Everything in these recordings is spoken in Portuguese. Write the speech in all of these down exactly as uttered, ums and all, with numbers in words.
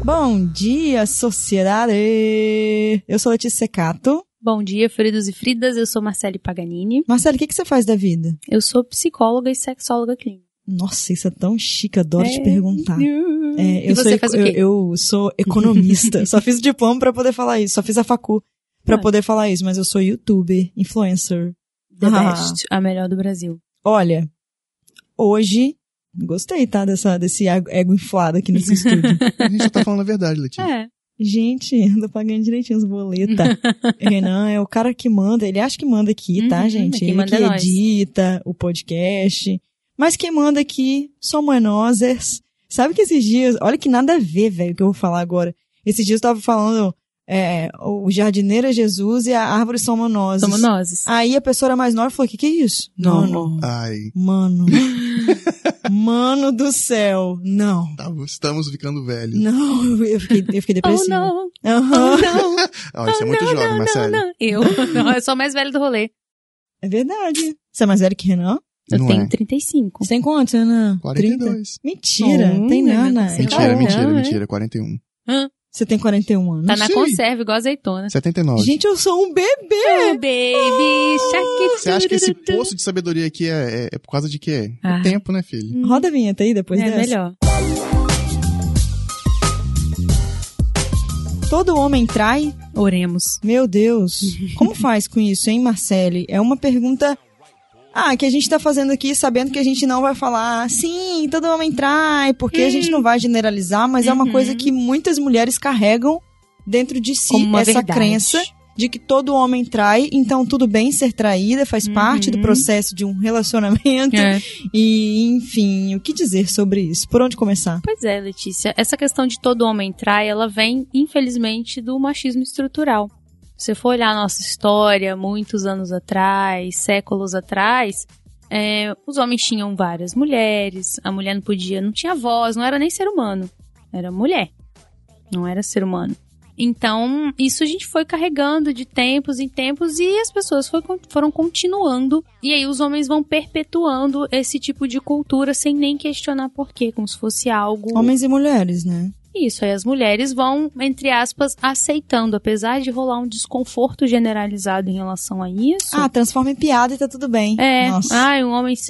Bom dia, sociedade! Eu sou Letícia Secato. Bom dia, Fridos e Fridas, eu sou Marcele Paganini. Marcele, o que, que você faz da vida? Eu sou psicóloga e sexóloga clínica. Nossa, isso é tão chique, adoro é... te perguntar. É, e eu você sou, faz o quê? Eu, eu sou economista, só fiz o diploma pra poder falar isso, só fiz a facu pra ah. poder falar isso, mas eu sou youtuber, influencer. The ah. best, a melhor do Brasil. Olha, hoje... Gostei, tá? Dessa, desse ego inflado aqui nesse estúdio. A gente só tá falando a verdade, Letícia. É. Gente, eu tô pagando direitinho os boletos. Renan é o cara que manda, ele acha que manda aqui, tá, uhum, gente? Quem ele manda que nós. edita o podcast. Mas quem manda aqui somos nós. Sabe que esses dias, olha que nada a ver, velho, o que eu vou falar agora. Esses dias eu tava falando, é, o jardineiro é Jesus e a árvore somos nós. Somos nós. Aí a pessoa era mais nova e falou, o que que é isso? Não. Mano. Ai. Mano. Mano do céu, não. Estamos ficando velhos. Não, eu fiquei, eu fiquei depressiva. Oh, não. Uhum. Oh, não. Oh, isso é muito não, jovem, não, Marcelo. Não, não. Eu, não, eu sou a mais velha do rolê. É verdade. Você é mais velho que Renan? Eu não tenho é. trinta e cinco. Você tem quantos, Renan? quarenta e dois. trinta? Mentira, Oh, tem nada. Mentira, Não, mentira, não, mentira, quarenta e um. Hã? Você tem quarenta e um anos? Tá na Sim. conserva, igual azeitona. setenta e nove. Gente, eu sou um bebê! Oh, baby, oh. Você acha que esse poço de sabedoria aqui é, é, é por causa de quê? Ah. É tempo, né, filho? Roda a vinheta aí depois É dessa. melhor. Todo homem trai? Oremos. Meu Deus. Como faz com isso, hein, Marcele? É uma pergunta... Ah, que a gente tá fazendo aqui sabendo que a gente não vai falar sim, todo homem trai, porque hum. a gente não vai generalizar, mas uhum. é uma coisa que muitas mulheres carregam dentro de si, essa verdade. crença de que todo homem trai, então tudo bem ser traída, faz uhum. parte do processo de um relacionamento. É. E, enfim, o que dizer sobre isso? Por onde começar? Pois é, Letícia, essa questão de todo homem trai, ela vem, infelizmente, do machismo estrutural. Se você for olhar a nossa história, muitos anos atrás, séculos atrás, é, os homens tinham várias mulheres, a mulher não podia, não tinha voz, não era nem ser humano, era mulher, não era ser humano. Então, isso a gente foi carregando de tempos em tempos e as pessoas foi, foram continuando. E aí os homens vão perpetuando esse tipo de cultura sem nem questionar por quê, como se fosse algo... Homens e mulheres, né? Isso, aí as mulheres vão, entre aspas, aceitando, apesar de rolar um desconforto generalizado em relação a isso. Ah, transforma em piada e tá tudo bem. É, Nossa. ah, um homem,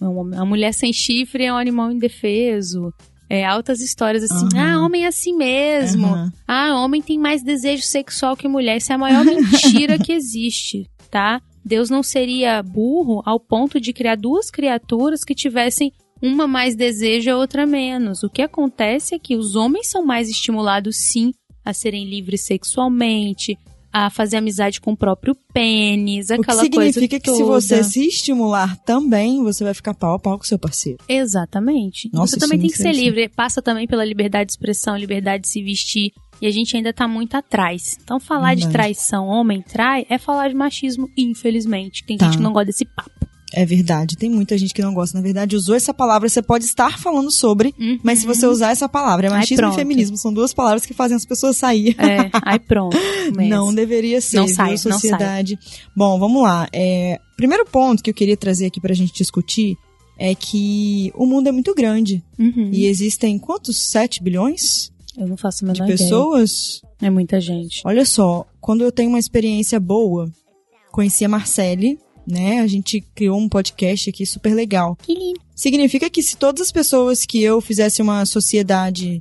a mulher sem chifre é um animal indefeso. É, altas histórias assim, uhum. ah, homem é assim mesmo. Uhum. Ah, homem tem mais desejo sexual que mulher. Isso é a maior mentira que existe, tá? Deus não seria burro ao ponto de criar duas criaturas que tivessem uma mais desejo e a outra menos. O que acontece é que os homens são mais estimulados, sim, a serem livres sexualmente, a fazer amizade com o próprio pênis, aquela coisa toda. O que significa que se você se estimular também, você vai ficar pau a pau com o seu parceiro. Exatamente. Nossa, você também tem que ser assim. livre. Passa também pela liberdade de expressão, liberdade de se vestir. E a gente ainda tá muito atrás. Então falar Verdade. de traição, homem trai, é falar de machismo, infelizmente. Tem tá. gente que não gosta desse papo. É verdade, tem muita gente que não gosta. Na verdade, usou essa palavra, você pode estar falando sobre, uhum. mas se você usar essa palavra, é machismo e feminismo, são duas palavras que fazem as pessoas sair. É, aí pronto. Mesmo. Não deveria ser, não viu, sai, sociedade. Não sai. Bom, vamos lá. É, primeiro ponto que eu queria trazer aqui pra gente discutir é que o mundo é muito grande. Uhum. E existem quantos? sete bilhões? Eu não faço a menor de pessoas? Ideia. É muita gente. Olha só, quando eu tenho uma experiência boa, conheci a Marcele, né? A gente criou um podcast aqui super legal. Que lindo. Significa que se todas as pessoas que eu fizesse uma sociedade,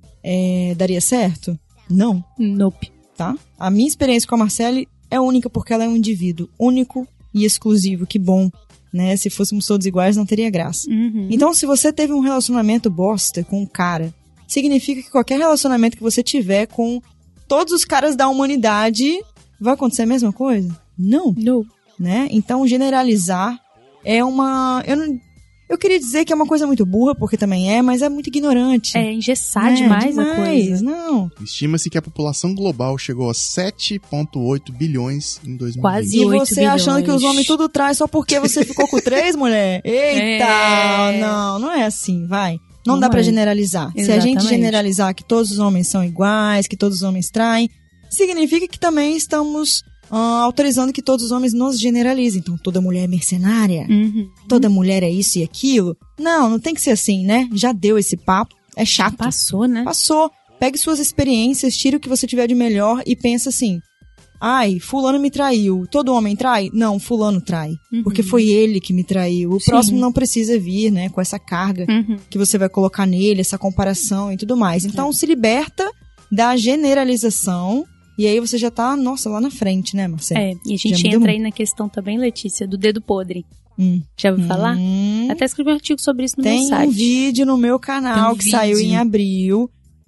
é, daria certo? Não. Nope. Tá? A minha experiência com a Marcele é única porque ela é um indivíduo único e exclusivo. Que bom, né? Se fôssemos todos iguais, não teria graça. Uhum. Então, se você teve um relacionamento bosta com um cara, significa que qualquer relacionamento que você tiver com todos os caras da humanidade, vai acontecer a mesma coisa? Não. Não. Né? Então, generalizar é uma... Eu, não, eu queria dizer que é uma coisa muito burra, porque também é, mas é muito ignorante. É engessar né? demais, demais a coisa. Não. Estima-se que a população global chegou a sete vírgula oito bilhões em dois mil e vinte. Quase E oito você bilhões. achando que os homens tudo traz só porque você ficou com três, mulher? Eita! É. Não, não é assim, vai. Não, Não dá é. pra generalizar. Exatamente. Se a gente generalizar que todos os homens são iguais, que todos os homens traem, significa que também estamos... Uh, autorizando que todos os homens nos generalizem. Então, toda mulher é mercenária? Uhum. Toda mulher é isso e aquilo? Não, não tem que ser assim, né? Já deu esse papo. É chato. Passou, né? Passou. Pegue suas experiências, tire o que você tiver de melhor e pensa assim, ai, fulano me traiu. Todo homem trai? Não, fulano trai. Uhum. Porque foi ele que me traiu. O Sim. próximo não precisa vir, né, com essa carga uhum. que você vai colocar nele, essa comparação e tudo mais. Então, uhum. se liberta da generalização e aí você já tá, nossa, lá na frente, né, Marcelo? É, e a gente entra aí na questão também, Letícia, do dedo podre. Hum. Já ouviu hum. falar? Até escrevi um artigo sobre isso no Tem meu site. Tem um vídeo no meu canal um que vídeo. saiu em abril.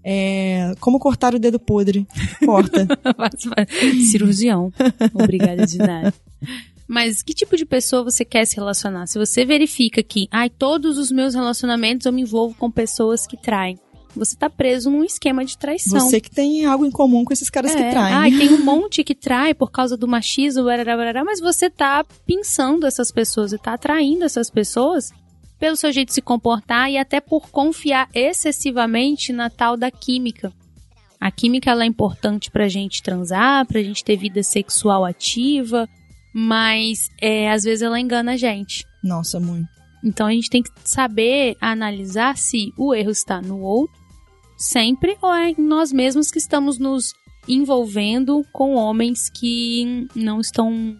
É, como cortar o dedo podre. Corta. Cirurgião. Obrigada de nada. Mas que tipo de pessoa você quer se relacionar? Se você verifica que, ai, todos os meus relacionamentos eu me envolvo com pessoas que traem. Você tá preso num esquema de traição. Você que tem algo em comum com esses caras é. que traem. Ai, tem um monte que trai por causa do machismo, barará, barará, mas você tá pensando essas pessoas e tá atraindo essas pessoas pelo seu jeito de se comportar e até por confiar excessivamente na tal da química. A química, ela é importante pra gente transar, pra gente ter vida sexual ativa, mas é, às vezes ela engana a gente. Nossa, muito. Então a gente tem que saber analisar se o erro está no outro sempre ou é nós mesmos que estamos nos envolvendo com homens que não estão,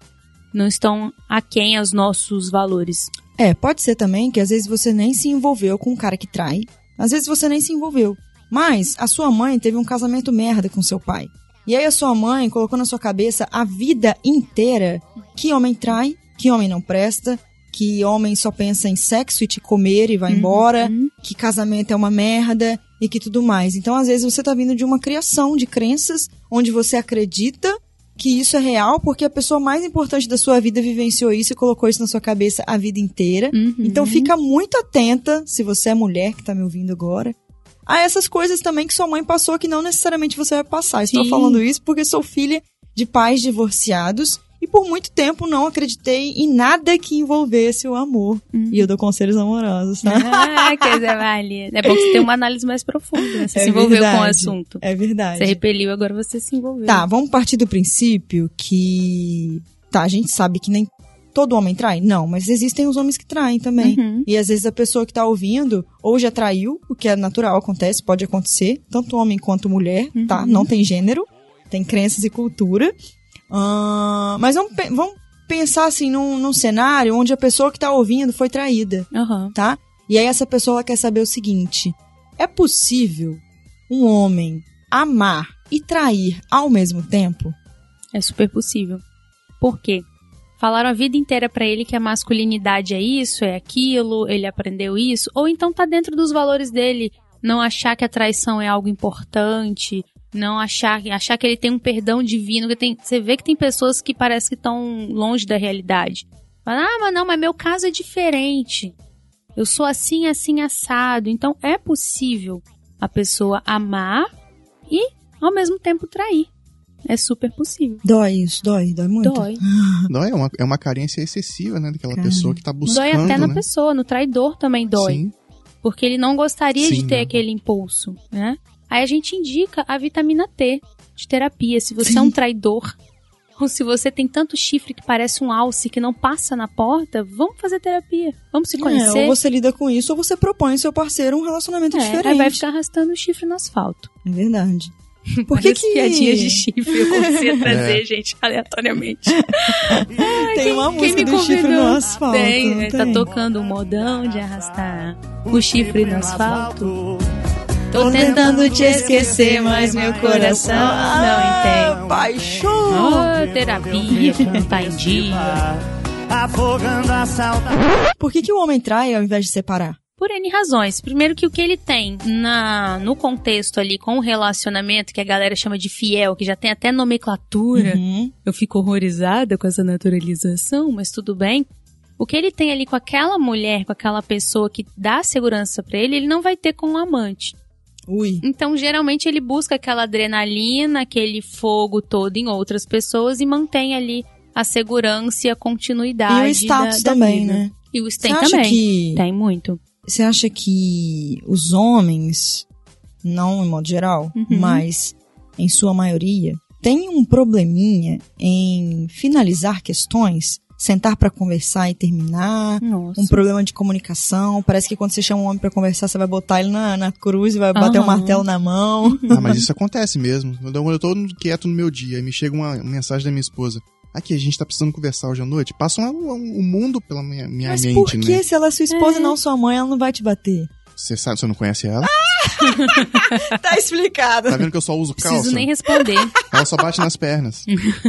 não estão aquém aos nossos valores. É, pode ser também que às vezes você nem se envolveu com um cara que trai. Às vezes você nem se envolveu. Mas a sua mãe teve um casamento merda com seu pai. E aí a sua mãe colocou na sua cabeça a vida inteira que homem trai, que homem não presta, que homem só pensa em sexo e te comer e vai uhum. embora, que casamento é uma merda e que tudo mais. Então, às vezes, você tá vindo de uma criação de crenças onde você acredita que isso é real porque a pessoa mais importante da sua vida vivenciou isso e colocou isso na sua cabeça a vida inteira. Uhum. Então, fica muito atenta, se você é mulher que tá me ouvindo agora, a essas coisas também que sua mãe passou que não necessariamente você vai passar. Estou Sim. falando isso porque sou filha de pais divorciados e por muito tempo não acreditei em nada que envolvesse o amor. Uhum. E eu dou conselhos amorosos, tá? Ah, que coisa válida. É bom que você tenha uma análise mais profunda, né? Você é se envolveu verdade, com o assunto. É verdade. Você repeliu, agora você se envolveu. Tá, vamos partir do princípio que... Tá, a gente sabe que nem todo homem trai? Não, mas existem os homens que traem também. Uhum. E às vezes a pessoa que tá ouvindo ou já traiu, o que é natural, acontece, pode acontecer, tanto homem quanto mulher, uhum. tá? Não tem gênero, tem crenças e cultura. Uh, mas vamos, vamos pensar assim num, num cenário onde a pessoa que tá ouvindo foi traída, uhum. tá? E aí essa pessoa quer saber o seguinte: é possível um homem amar e trair ao mesmo tempo? É super possível. Por quê? Falaram a vida inteira pra ele que a masculinidade é isso, é aquilo, ele aprendeu isso, ou então tá dentro dos valores dele, não achar que a traição é algo importante, não achar, achar que ele tem um perdão divino, que tem, você vê que tem pessoas que parece que estão longe da realidade. Fala, ah, mas não, mas meu caso é diferente. Eu sou assim, assim, assado. Então é possível a pessoa amar e ao mesmo tempo trair. É super possível. Dói isso, dói, dói muito. Dói. Dói, é uma, é uma carência excessiva, né, daquela Cara. pessoa que tá buscando, Dói até né? na pessoa, no traidor também dói. Sim. Porque ele não gostaria Sim, de ter né? aquele impulso, né? Aí a gente indica a vitamina T de terapia. Se você Sim. é um traidor, ou se você tem tanto chifre que parece um alce que não passa na porta, vamos fazer terapia. Vamos se conhecer. É, ou você lida com isso, ou você propõe ao seu parceiro um relacionamento é, diferente. Aí vai ficar arrastando o chifre no asfalto. É verdade. Por que que... piadinhas de chifre eu comecei a trazer, é. gente, aleatoriamente. Ai, tem quem, uma música do chifre no asfalto. Tem, tem. Tá tocando um modão de arrastar o chifre no asfalto. Tô tentando te esquecer, mas meu coração não entende. Paixão! Oh, terapia que não tá em dia. Afogando a saudade. Por que que o homem trai ao invés de separar? Por N razões. Primeiro que o que ele tem na, no contexto ali com o relacionamento, que a galera chama de fiel, que já tem até nomenclatura. Uhum. Eu fico horrorizada com essa naturalização, mas tudo bem. O que ele tem ali com aquela mulher, com aquela pessoa que dá segurança pra ele, ele não vai ter com o amante. Ui. Então, geralmente, ele busca aquela adrenalina, aquele fogo todo em outras pessoas e mantém ali a segurança e a continuidade. E o status da, da também, vida. né? E o tem também. Que... Tem muito. Você acha que os homens, não em modo geral, uhum. mas em sua maioria, têm um probleminha em finalizar questões sentar pra conversar e terminar. Nossa. Um problema de comunicação. Parece que quando você chama um homem pra conversar, você vai botar ele na, na cruz e vai Aham. bater um martelo na mão. Ah, mas isso acontece mesmo. Quando eu tô quieto no meu dia e me chega uma mensagem da minha esposa. Aqui, a gente tá precisando conversar hoje à noite. Passa um, um, um mundo pela minha, minha Mas mente, por que, né? se ela é sua esposa É. e não sua mãe, ela não vai te bater? Você sabe, você não conhece ela? Tá explicado. Tá vendo que eu só uso calça? Preciso nem responder. Ela só bate nas pernas.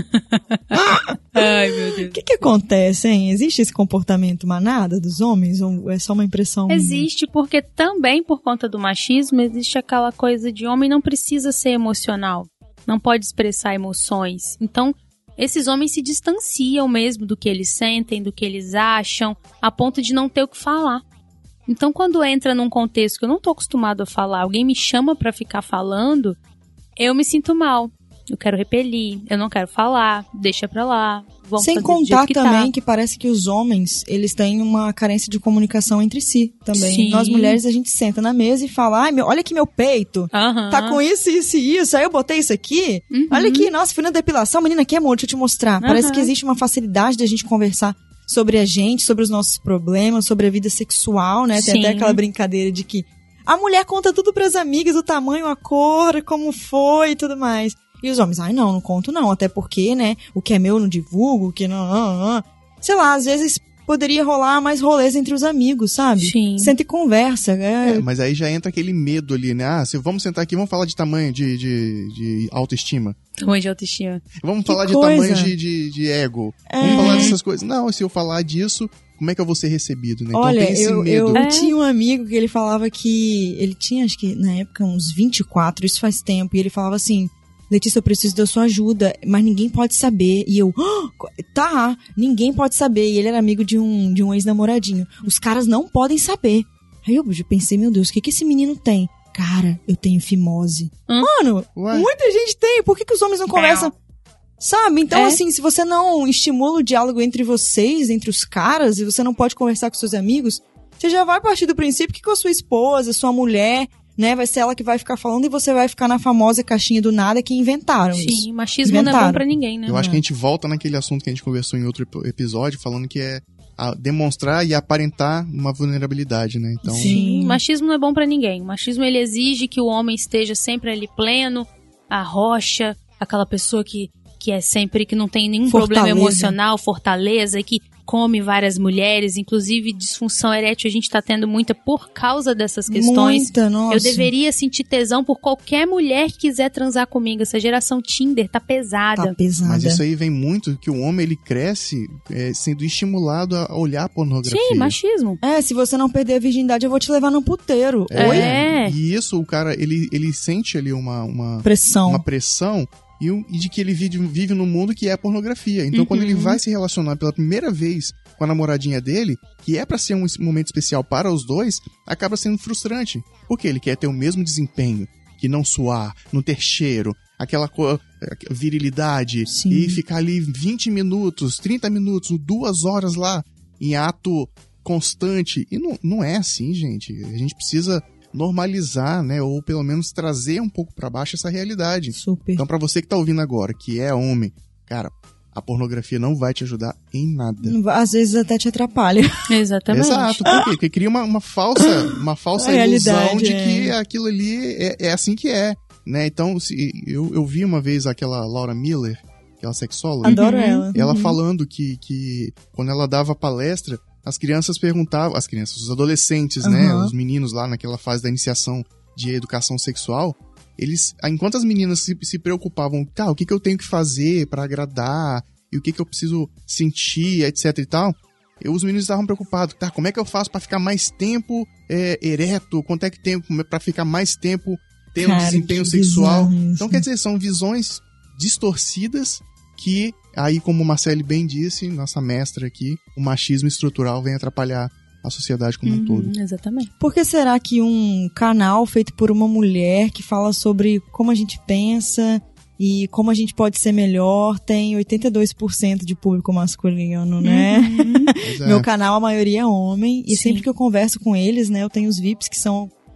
Ai, meu Deus. O que que acontece, hein? Existe esse comportamento manada dos homens ou é só uma impressão? Existe porque também por conta do machismo existe aquela coisa de homem não precisa ser emocional, não pode expressar emoções. Então, esses homens se distanciam mesmo do que eles sentem, do que eles acham, a ponto de não ter o que falar. Então, quando entra num contexto que eu não tô acostumado a falar, alguém me chama pra ficar falando, eu me sinto mal. Eu quero repelir, eu não quero falar, deixa pra lá. Vamos Sem fazer do jeito contar que também tá. que parece que os homens, eles têm uma carência de comunicação entre si também. Sim. Nós mulheres, a gente senta na mesa e fala, ai, meu, olha aqui meu peito, Aham. tá com isso, isso e isso, aí eu botei isso aqui, Uhum. olha aqui, nossa, fui na depilação, menina, aqui amor, deixa eu te mostrar. Parece Aham. que existe uma facilidade da gente conversar sobre a gente, sobre os nossos problemas, sobre a vida sexual, né? Tem Sim. até aquela brincadeira de que a mulher conta tudo pras amigas, o tamanho, a cor, como foi e tudo mais. E os homens, ai não, não conto não, até porque, né, o que é meu eu não divulgo, o que não, não, não. Sei lá, às vezes poderia rolar mais rolês entre os amigos, sabe? Sim. Senta e conversa. É... É, mas aí já entra aquele medo ali, né? Ah, se vamos sentar aqui, vamos falar de tamanho de, de, de autoestima. Tamanho de autoestima. Vamos Que falar de coisa. tamanho de, de, de ego. É. Vamos falar dessas coisas. Não, se eu falar disso, como é que eu vou ser recebido, né? Então Olha, tem esse eu, medo. eu É. tinha um amigo que ele falava que... Ele tinha, acho que na época, uns vinte e quatro, isso faz tempo, e ele falava assim... Letícia, eu preciso da sua ajuda, mas ninguém pode saber. E eu, "Ah, tá, ninguém pode saber. E ele era amigo de um, de um ex-namoradinho. Os caras não podem saber. Aí eu pensei, meu Deus, o que, que esse menino tem? Cara, eu tenho fimose. Hum? Mano, Ué? muita gente tem. Por que, que os homens não conversam? Sabe? Então, É. assim, se você não estimula o diálogo entre vocês, entre os caras, e você não pode conversar com seus amigos, você já vai partir do princípio que com a sua esposa, sua mulher... Né, vai ser ela que vai ficar falando e você vai ficar na famosa caixinha do nada que inventaram isso. Sim, machismo não é Inventaram. bom pra ninguém, né? Eu acho que a gente volta naquele assunto que a gente conversou em outro ep- episódio, falando que é a demonstrar e aparentar uma vulnerabilidade, né? Então, Sim. Machismo não é bom pra ninguém. O machismo, ele exige que o homem esteja sempre ali pleno, a rocha, aquela pessoa que, que é sempre, que não tem nenhum Fortaleza. problema emocional, fortaleza, e que come várias mulheres, inclusive disfunção erétil a gente tá tendo muita por causa dessas questões. Muita, nossa. Eu deveria sentir tesão por qualquer mulher que quiser transar comigo. Essa geração Tinder tá pesada. Tá pesada. mas isso aí vem muito que o homem ele cresce é, sendo estimulado a olhar a pornografia. Sim, machismo. É, se você não perder a virgindade, eu vou te levar no puteiro. É. Oi? É. E isso, o cara, ele, ele sente ali uma, uma, Pressão. uma pressão e, um- e de que ele vive, vive num mundo que é a pornografia. Então, Uhum. quando ele vai se relacionar pela primeira vez com a namoradinha dele, que é pra ser um es- momento especial para os dois, acaba sendo frustrante. Porque ele quer ter o mesmo desempenho, que não suar, não ter cheiro, aquela co- virilidade, Sim. e ficar ali vinte minutos, trinta minutos, duas horas lá, em ato constante. E não, não é assim, gente. A gente precisa normalizar, né? Ou pelo menos trazer um pouco pra baixo essa realidade. Super. Então, pra você que tá ouvindo agora, que é homem, cara, a pornografia não vai te ajudar em nada. Às vezes até te atrapalha. Exatamente. Exato, por quê? Porque cria uma, uma falsa, uma falsa A ilusão realidade, de é. que aquilo ali é, é assim que é, né? Então, se, eu, eu vi uma vez aquela Laura Miller, aquela sexóloga, Adoro Uhum. ela. ela Uhum. falando que, que quando ela dava palestra, as crianças perguntavam, as crianças, os adolescentes, né? Uhum. Os meninos lá naquela fase da iniciação de educação sexual, eles, enquanto as meninas se, se preocupavam, tá, o que, que eu tenho que fazer pra agradar, e o que, que eu preciso sentir, etc e tal, eu, os meninos estavam preocupados, tá, como é que eu faço pra ficar mais tempo é, ereto, quanto é que tempo pra ficar mais tempo tendo Cara, desempenho que sexual. bizarro isso. Então, quer dizer, são visões distorcidas que, aí, como o Marcele bem disse, nossa mestra aqui, o machismo estrutural vem atrapalhar a sociedade como um Uhum, todo. exatamente. Por que será que um canal feito por uma mulher que fala sobre como a gente pensa e como a gente pode ser melhor tem oitenta e dois por cento de público masculino, né? Uhum. Pois é. Meu canal, a maioria é homem. E Sim. sempre que eu converso com eles, né, eu tenho os V I Ps que são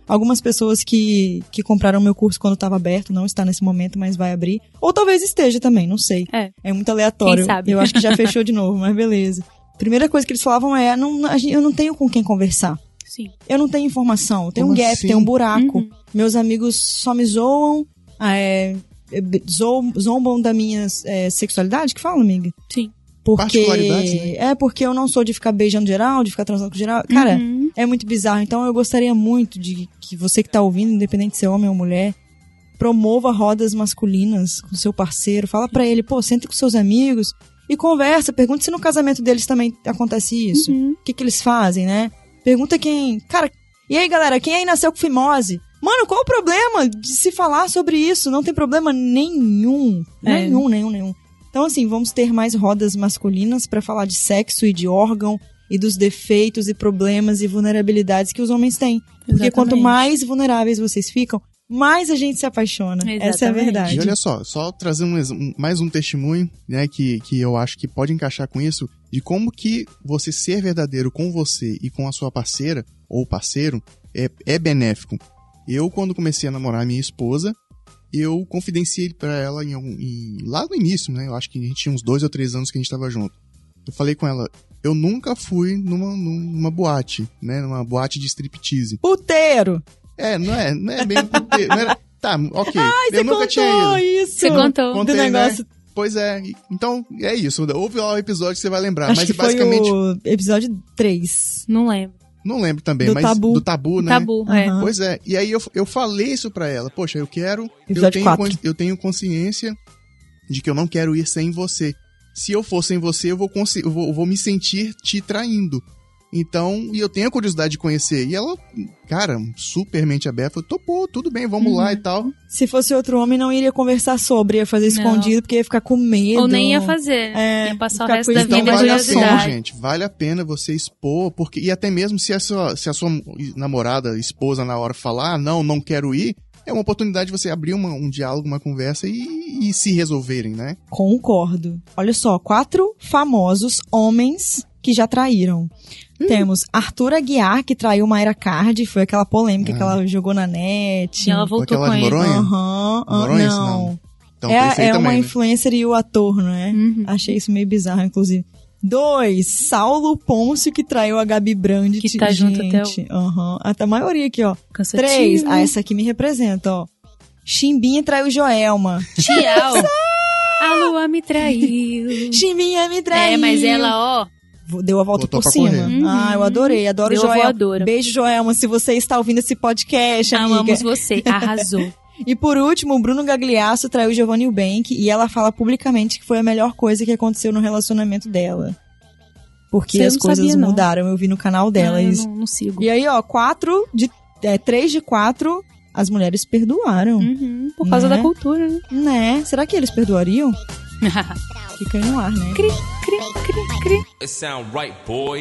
Algumas pessoas que, que compraram meu curso quando estava aberto, não está nesse momento, mas vai abrir. Ou talvez esteja também, não sei. É, é muito aleatório. Quem sabe? Eu acho que já fechou de novo, mas beleza. Primeira coisa que eles falavam é, não, eu não tenho com quem conversar. Sim. Eu não tenho informação, tem um Como gap, assim? tem um buraco. Uhum. Meus amigos só me zoam, é, zoam zombam da minha é, sexualidade, que fala, amiga? Sim. Porque, Particularidades, né? É porque eu não sou de ficar beijando geral, de ficar transando com geral. Cara, Uhum. é muito bizarro. Então eu gostaria muito de que você que tá ouvindo, independente de ser homem ou mulher, promova rodas masculinas com seu parceiro. Fala pra ele, pô, senta com seus amigos e conversa. Pergunta se no casamento deles também acontece isso. Uhum. O que que eles fazem, né? Pergunta quem... Cara, e aí, galera, quem aí nasceu com fimose? Mano, qual o problema de se falar sobre isso? Não tem problema nenhum. É. Nenhum, nenhum, nenhum. Então, assim, vamos ter mais rodas masculinas pra falar de sexo e de órgão e dos defeitos e problemas e vulnerabilidades que os homens têm. Porque Exatamente. quanto mais vulneráveis vocês ficam, mais a gente se apaixona. Essa é a Exatamente. verdade. E olha só, só trazer um, ex- um- mais um testemunho, né, que, que eu acho que pode encaixar com isso, de como que você ser verdadeiro com você e com a sua parceira, ou parceiro, é, é benéfico. Eu, quando comecei a namorar minha esposa, eu confidenciei pra ela em, algum- em- lá no início, né, eu acho que a gente tinha uns dois ou três anos que a gente tava junto. Eu falei com ela, eu nunca fui numa, numa boate, né, numa boate de striptease. Puteiro! É, não é, não é bem puteiro, não era... Tá, ok, Ai, eu você nunca tinha contou ido. isso! Você contou. Contei, do negócio. né? Pois é. e- Então, é isso. Ouve lá o episódio que você vai lembrar. Acho mas que foi basicamente. o episódio três. Não lembro. Não lembro também, Do mas tabu. do tabu, né? Tabu, é. Aham. Pois é. E aí eu, eu falei isso pra ela. Poxa, eu quero. Eu Episódio tenho, quatro. con- eu tenho consciência de que eu não quero ir sem você. Se eu for sem você, eu vou, consi- eu vou, eu vou me sentir te traindo. Então, e eu tenho a curiosidade de conhecer. E ela, cara, super mente aberta, falou, topou, tudo bem, vamos Uhum. lá e tal. Se fosse outro homem, não iria conversar sobre, ia fazer Não. escondido, porque ia ficar com medo. Ou nem ia fazer. É, ia passar o ficar resto com da isso Então vida na vale de a pena, curiosidade. gente. Vale a pena você expor, porque e até mesmo se a sua, se a sua namorada, esposa na hora falar, ah, não, não quero ir, é uma oportunidade de você abrir uma- um diálogo, uma conversa e, e se resolverem, né? Concordo. Olha só, quatro famosos homens que já traíram. Temos Arthur Aguiar, que traiu Mayra Card, foi aquela polêmica Ah. que ela jogou na net. E ela voltou Aquela com de ele. Noronha? Aham, ah, Noronha, não. não. Então, é esse aí é uma também, né? influencer e o ator, não é? Uhum. Achei isso meio bizarro, inclusive. Dois, Saulo Pôncio, que traiu a Gabi Brandt. Que tá junto até Gente, aham. Até a maioria aqui, ó. Cansativo. Três, ah, essa aqui me representa, ó. Chimbinha traiu Joelma. Tchau. A lua me traiu. Chimbinha me traiu. É, mas ela, ó, Deu a volta Botou por pra cima. correr. Uhum. Ah, eu adorei. Adoro Deu a Joelma. voadora. Beijo, Joelma, se você está ouvindo esse podcast, amiga. amamos você. Arrasou. E por último, o Bruno Gagliasso traiu Giovanni Eubank e ela fala publicamente que foi a melhor coisa que aconteceu no relacionamento dela. Porque Você as não coisas sabia, não. mudaram, eu vi no canal dela. Ah, eu isso. não, não sigo. E aí, ó, quatro de... É, três de quatro, as mulheres perdoaram. Uhum, por causa Né? da cultura, né? Né? Será que eles perdoariam? Fica aí no ar, né? Cri, cri, cri, cri. It sound right, boy.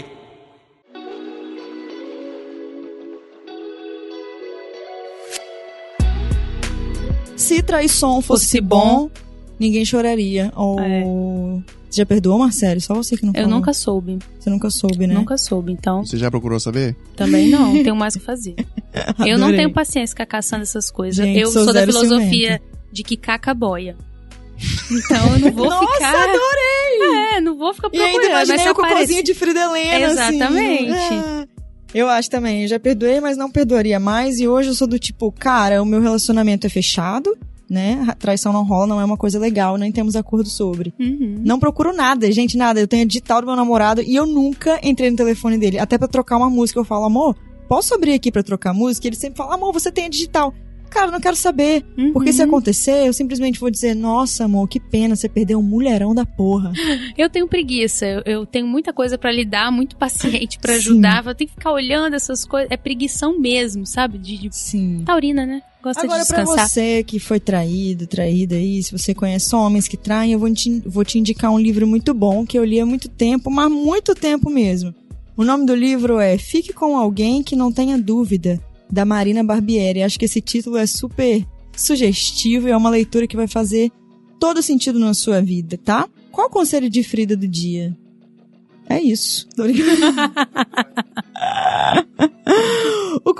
Se traição fosse, Fosse bom, ninguém choraria. Ou... É. Você já perdoou, Marcelo? Só você que não Eu falou. nunca soube. Você nunca soube, né? Nunca soube, então Você já procurou saber? também não. Tenho mais o que fazer. Eu não Adorei. tenho paciência ficar caçando essas coisas. Gente, eu sou sou da zero filosofia de que caca boia. Então eu não vou Nossa, ficar. adorei! É, não vou ficar E ainda procurando. mas imaginei se o cocôzinho aparecer- de Frida Helena, Exatamente. assim. É. Eu acho também. Eu já perdoei, mas não perdoaria mais. E hoje eu sou do tipo, cara, o meu relacionamento é fechado, né? A traição não rola, não é uma coisa legal, nem temos acordo sobre. Uhum. Não procuro nada, gente, nada. Eu tenho a digital do meu namorado e eu nunca entrei no telefone dele. Até pra trocar uma música, eu falo, amor, posso abrir aqui pra trocar música? Ele sempre fala, amor, você tem a digital. Cara, eu não quero saber. Uhum. Porque se acontecer, eu simplesmente vou dizer, nossa, amor, que pena, você perdeu um mulherão da porra. Eu tenho preguiça, eu, eu tenho muita coisa pra lidar, muito paciente pra Sim. ajudar. Eu tenho que ficar olhando essas coisas. É preguição mesmo, sabe? De, de Sim. taurina, né? Gosta Agora, de pra descansar. você que foi traído, traída aí, se você conhece homens que traem, eu vou te, vou te indicar um livro muito bom que eu li há muito tempo, mas muito tempo mesmo. O nome do livro é Fique com Alguém que Não Tenha Dúvida, da Marina Barbieri. Acho que esse título é super sugestivo e é uma leitura que vai fazer todo sentido na sua vida, tá? Qual o conselho de Frida do dia? É isso. Tô brincando. O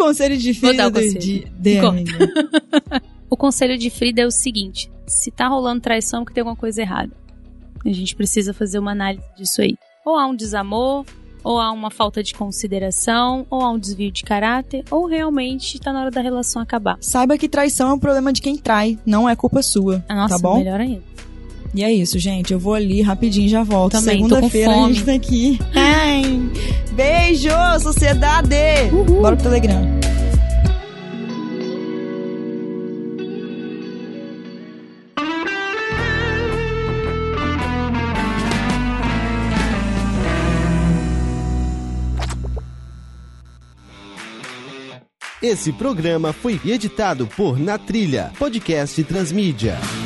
conselho de Vou dar Frida o do conselho. dia. Dê, Conta. amiga. O conselho de Frida é o seguinte: se tá rolando traição, porque tem alguma coisa errada. A gente precisa fazer uma análise disso aí. Ou há um desamor, ou há uma falta de consideração, ou há um desvio de caráter, ou realmente tá na hora da relação acabar. Saiba que traição é um problema de quem trai, não é culpa sua. Nossa, tá bom? melhor ainda. E é isso, gente. Eu vou ali rapidinho e já volto. Também, tô com Segunda-feira a fome. gente tá aqui. Ai. Beijo, sociedade! Uhul. Bora pro Telegram. Esse programa foi editado por Na Trilha, podcast Transmídia.